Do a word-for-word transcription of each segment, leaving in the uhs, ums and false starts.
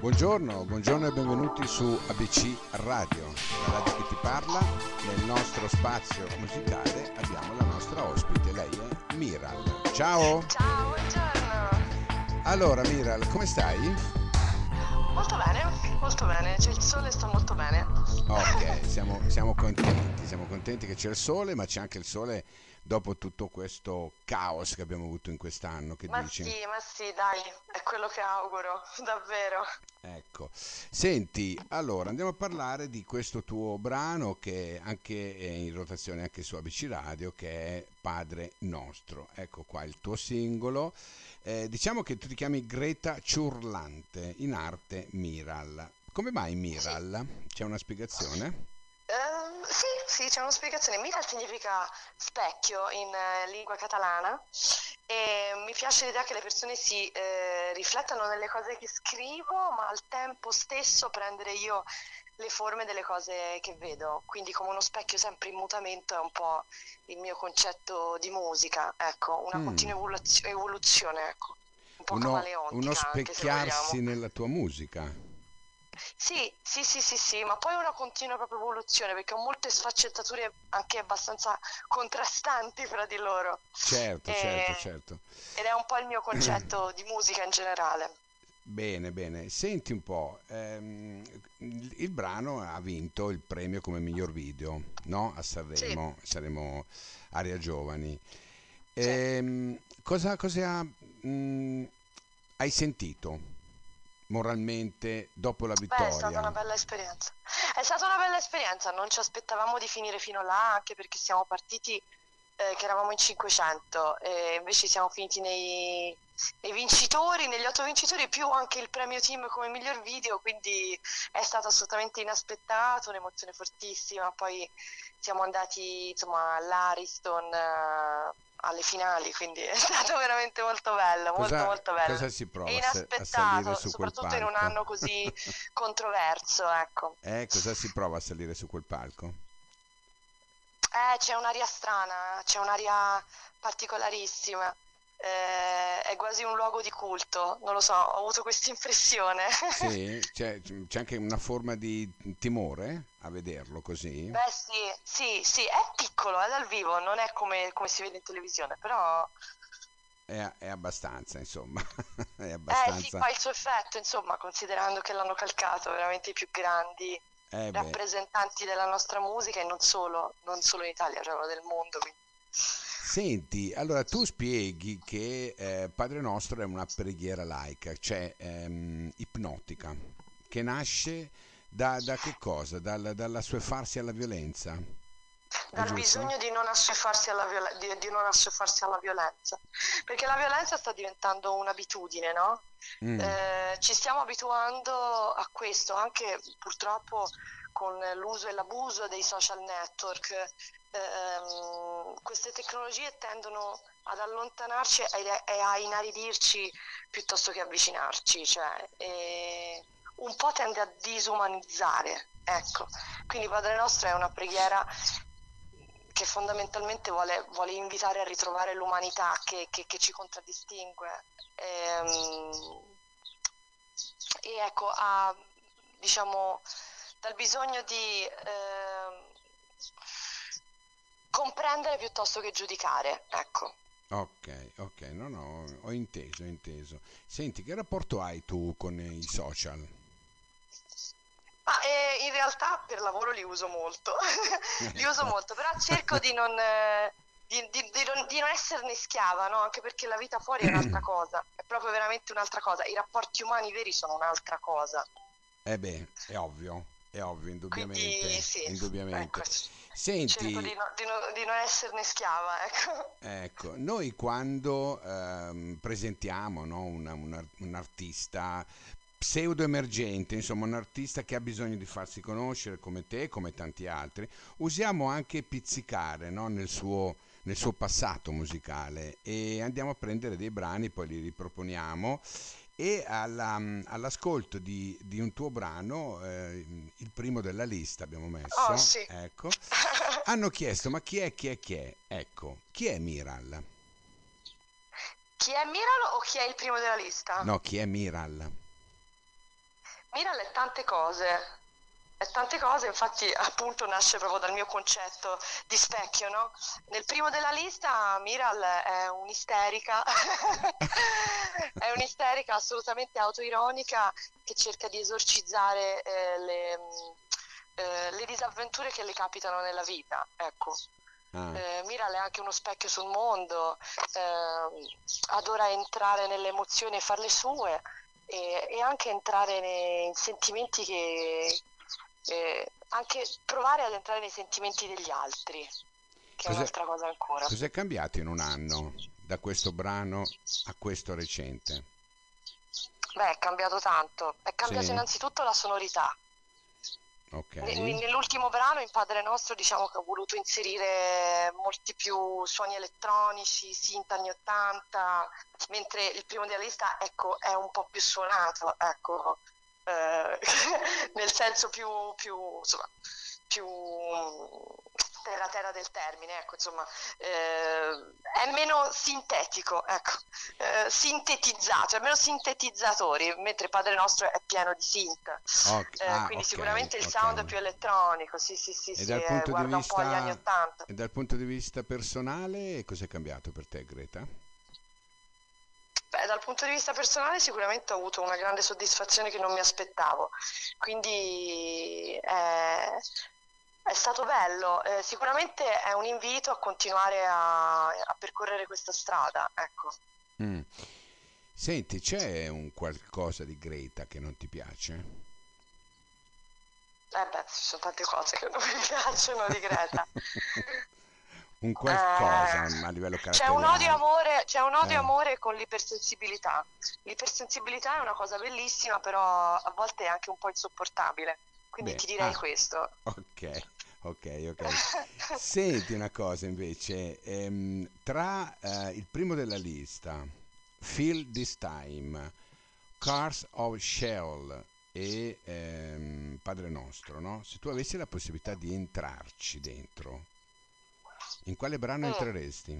Buongiorno, buongiorno e benvenuti su A B C Radio, la radio che ti parla. Nel nostro spazio musicale abbiamo la nostra ospite, lei è Miral. Ciao! Ciao, buongiorno. Allora Miral, come stai? Molto bene, molto bene. C'è il sole, sto molto bene. Ok, siamo, siamo contenti, siamo contenti che c'è il sole, ma c'è anche il sole dopo tutto questo caos che abbiamo avuto in quest'anno, che Ma dici? sì, ma sì, dai, è quello che auguro, davvero. Ecco, senti, allora andiamo a parlare di questo tuo brano che anche è in rotazione anche su A B C Radio, che è Padre Nostro. Ecco qua il tuo singolo. Eh, diciamo che tu ti chiami Greta Ciurlante, in arte Miral. Come mai Sì. Miral? C'è una spiegazione? Ehm, sì, sì, c'è una spiegazione. Miral significa specchio in eh, lingua catalana e mi piace l'idea che le persone si eh, riflettano nelle cose che scrivo, ma al tempo stesso prendere io le forme delle cose che vedo. Quindi come uno specchio sempre in mutamento è un po' il mio concetto di musica, ecco, una Mm, continua evoluzio- evoluzione, ecco, un po' uno, uno camaleontica anche se specchiarsi vogliamo. nella tua musica. Sì, sì, sì, sì, sì, ma poi una continua proprio evoluzione perché ho molte sfaccettature anche abbastanza contrastanti fra di loro. Certo, certo, E- certo. Ed è un po' il mio concetto di musica in generale. Bene, bene. Senti un po', ehm, il, il brano ha vinto il premio come miglior video, no? A Sì, Sanremo, Sanremo Aria Giovani. sì. Ehm, cosa, cosa mh, hai sentito moralmente dopo la Beh, è stata vittoria? una bella esperienza. È stata una bella esperienza, non ci aspettavamo di finire fino là, anche perché siamo partiti eh, che eravamo in cinquecento e invece siamo finiti nei, nei vincitori, negli otto vincitori, più anche il premio team come miglior video, quindi è stato assolutamente inaspettato, un'emozione fortissima. Poi siamo andati insomma all'Ariston eh, alle finali, quindi è stato veramente molto bello, molto Cosa, molto cosa bello. si E prova a, sa- a salire inaspettato, su quel soprattutto in un palco? anno così controverso, ecco. Eh, cosa si prova a salire su quel palco? Eh, c'è un'aria strana, c'è un'aria particolarissima. Eh, è quasi un luogo di culto, non lo so, ho avuto questa impressione. Sì, c'è, c'è anche una forma di timore a vederlo così. Beh, sì, sì, sì, è piccolo, è dal vivo, non è come, come si vede in televisione, però È, è abbastanza, insomma, è eh sì, abbastanza. fa il suo effetto, insomma, considerando che l'hanno calcato veramente i più grandi Eh beh, rappresentanti della nostra musica e non solo, non solo in Italia, cioè del mondo. Quindi. senti, allora tu spieghi che eh, Padre Nostro è una preghiera laica, cioè ehm, ipnotica, che nasce da, da che cosa? Dal, dall'assuefarsi alla violenza, è Dal giusto? bisogno di non assuefarsi alla, viola- di, di non assuefarsi alla violenza, perché la violenza sta diventando un'abitudine, no? Mm, Eh, ci stiamo abituando a questo, anche purtroppo con l'uso e l'abuso dei social network. Ehm, queste tecnologie tendono ad allontanarci e e a inaridirci piuttosto che avvicinarci, cioè, e un po' tende a disumanizzare, ecco. Quindi Padre Nostro è una preghiera che fondamentalmente vuole, vuole invitare a ritrovare l'umanità che, che- che ci contraddistingue. Ehm, E, ecco, ha, diciamo, dal bisogno di ehm, comprendere piuttosto che giudicare, ecco. ok, ok, no, no, ho inteso, ho inteso. Senti, che rapporto hai tu con i social? Ma eh, in realtà per lavoro li uso molto, li uso molto, però cerco di non, eh, di, di- di non, di non esserne schiava, no? Anche perché la vita fuori è un'altra cosa, è proprio veramente un'altra cosa, i rapporti umani veri sono un'altra cosa. Eh beh, è ovvio, è ovvio, Quindi indubbiamente, sì, ecco, indubbiamente. c- cerco Senti, di, no- di no- di non esserne schiava, ecco. ecco, noi quando ehm, presentiamo, no, una- un, ar- un artista pseudo emergente, insomma un artista che ha bisogno di farsi conoscere come te, come tanti altri, usiamo anche pizzicare, no, nel suo, nel suo passato musicale e andiamo a prendere dei brani, poi li riproponiamo e alla- all'ascolto di, di un tuo brano, eh, il primo della lista abbiamo Oh messo, sì. ecco, hanno chiesto ma chi è, chi è, chi è? Ecco, chi è Miral? Chi è Milano o chi è il primo della lista? No, chi è Miral? Miral è tante cose, è tante cose, infatti appunto nasce proprio dal mio concetto di specchio, no? Nel primo della lista Miral è un'isterica, è un'isterica assolutamente autoironica che cerca di esorcizzare eh, le, mh, eh, le disavventure che le capitano nella vita, ecco. Ah, Eh, Miral è anche uno specchio sul mondo, ehm, adora entrare nelle emozioni e farle sue e, e anche entrare nei in sentimenti che, eh, anche provare ad entrare nei sentimenti degli altri, che è cos'è, un'altra cosa ancora. cos'è cambiato in un anno da questo brano a questo recente? Beh, è cambiato tanto, è cambiato Sì? innanzitutto la sonorità. Ok. Ne- ne- Nell'ultimo brano, in Padre Nostro, diciamo che ho voluto inserire molti più suoni elettronici, synth anni ottanta, mentre il primo della lista, ecco, è un po' più suonato, ecco, eh, nel senso più, più, insomma, più terra terra del termine, ecco, insomma, eh, è meno sintetico, ecco, eh, sintetizzato, è meno sintetizzatori, mentre Padre Nostro è pieno di synth. Ok, Eh, ah, quindi ok, sicuramente il ok. sound è più elettronico, sì, sì, sì, E sì, dal eh, punto di guarda un po' agli anni vista, ottanta. e dal punto di vista personale, cos'è cambiato per te, Greta? Beh, dal punto di vista personale sicuramente ho avuto una grande soddisfazione che non mi aspettavo, quindi eh, è stato bello. Eh, sicuramente è un invito a continuare a, a percorrere questa strada, ecco. Mm. Senti, c'è un qualcosa di Greta che non ti piace? Eh beh, ci sono tante cose che non mi piacciono di Greta. Un Eh, qualcosa a livello c'è un odio caratteriale. amore, c'è un odio Eh, amore con l'ipersensibilità. L'ipersensibilità è una cosa bellissima, però a volte è anche un po' insopportabile. Quindi beh, ti direi ah, questo. ok, ok, ok. Senti una cosa invece, ehm, tra eh, il primo della lista, Feel This Time, Cars of Shell e ehm, Padre Nostro, no? Se tu avessi la possibilità di entrarci dentro, in quale brano Mm. entreresti?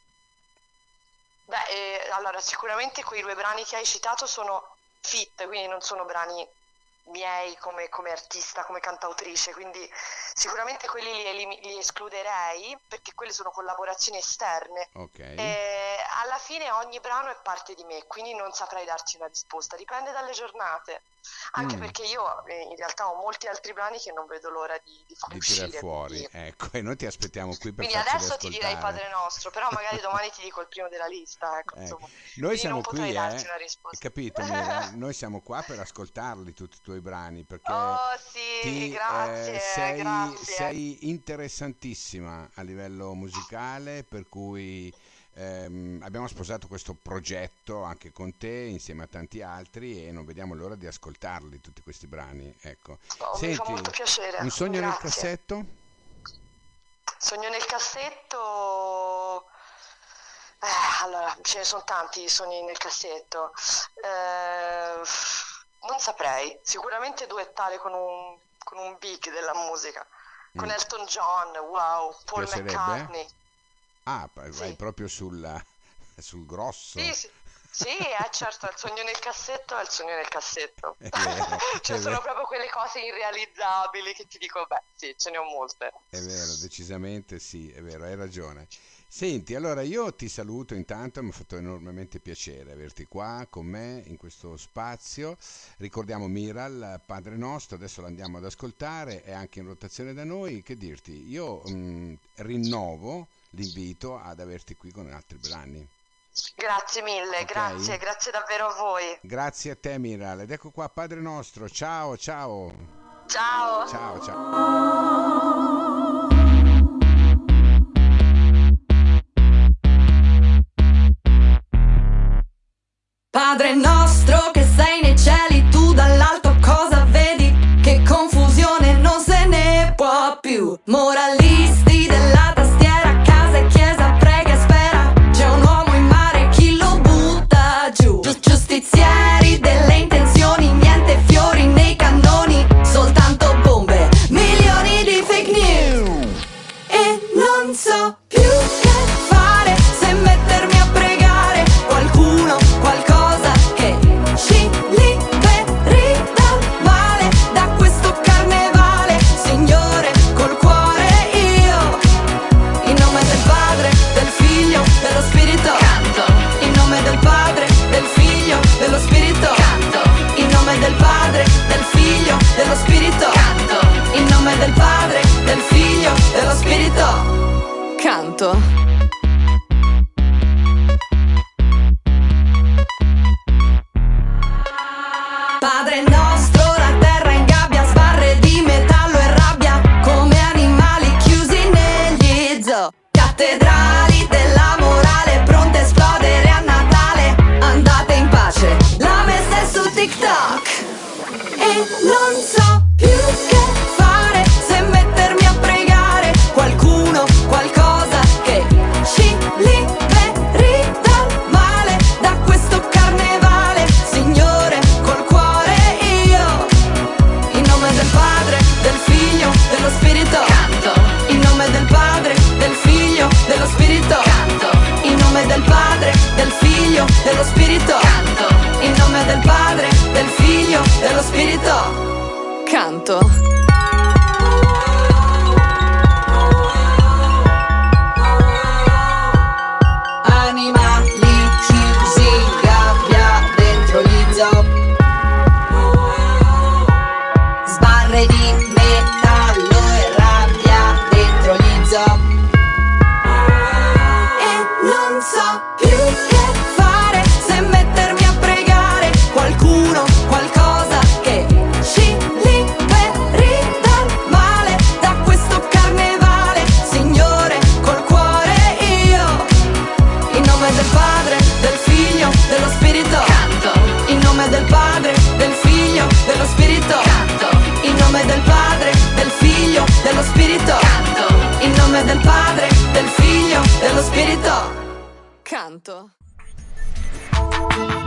Beh, eh, allora sicuramente quei due brani che hai citato sono fit, quindi non sono brani miei come, come artista, come cantautrice, quindi sicuramente quelli li, elimi- li escluderei perché quelle sono collaborazioni esterne. Ok. E alla fine ogni brano è parte di me, quindi non saprei darti una risposta, dipende dalle giornate, anche Mm. perché io eh, in realtà ho molti altri brani che non vedo l'ora di, di far Di tirar uscire, fuori, quindi... ecco, e noi ti aspettiamo qui per Quindi farceli adesso ti direi ascoltare. Padre Nostro, però magari domani ti dico il primo della lista, ecco, Eh, insomma. noi Quindi non siamo potrei qui, darti eh? una Hai risposta. capito, Mira? Noi siamo qua per ascoltarli tutti i tuoi brani perché Oh sì, ti, eh, grazie, sei, grazie. sei interessantissima a livello musicale, per cui ehm, abbiamo sposato questo progetto anche con te, insieme a tanti altri, e non vediamo l'ora di ascoltarli tutti questi brani. Ecco. Oh, mi fa molto Senti, piacere, un sogno nel grazie. cassetto? Sogno nel cassetto. Eh, allora, ce ne sono tanti sogni nel cassetto. Eh, non saprei, sicuramente duettare con un, con un big della musica, con Mm. Elton John, wow, Ti Paul piacerebbe? McCartney, Ah, pa- vai sì. proprio sul, sul Sì, grosso. sì, sì, eh, certo, il sogno nel cassetto è il sogno nel cassetto. È vero, Cioè, è sono vero. proprio quelle cose irrealizzabili che ti dico, beh, sì, ce ne ho molte. È vero, decisamente sì, è vero, hai ragione. Senti, allora io ti saluto intanto, mi ha fatto enormemente piacere averti qua con me in questo spazio. Ricordiamo Miral, Padre Nostro, adesso lo andiamo ad ascoltare, è anche in rotazione da noi. Che dirti? Io mh, rinnovo l'invito ad averti qui con altri brani, Grazie mille, ok? grazie, grazie davvero a voi. Grazie a te Miral, ed ecco qua Padre Nostro, ciao ciao, Ciao. ciao ciao. Padre nostro che sei nei cieli, tu dall'alto cosa vedi? Che confusione, non se ne può più. Moralisti della tastiera, casa e chiesa, prega e spera. C'è un uomo in mare, chi lo butta giù? Giu- Giustizieri delle intenzioni, niente fiori nei cannoni, soltanto bombe, milioni di fake news. E non so più che fare, se mettermi a pregare qualcuno, qualcosa che ci liberi dal male. del Padre, del Figlio, dello Spirito. Canto. Animali chiusi in gabbia dentro gli zoo. Sbarre di metallo e rabbia dentro gli zoo. E non so più che fare, se mettermi a pregare qualcuno, qualcosa che ci liberi dal male, da questo carnevale. Signore, col cuore io, in nome del Padre, del Figlio, dello Spirito. Canto. In nome del Padre, del Figlio, dello Spirito. Canto. In nome del Padre, del Figlio, dello Spirito. Canto. In nome del Padre, del Figlio, dello Spirito. Canto.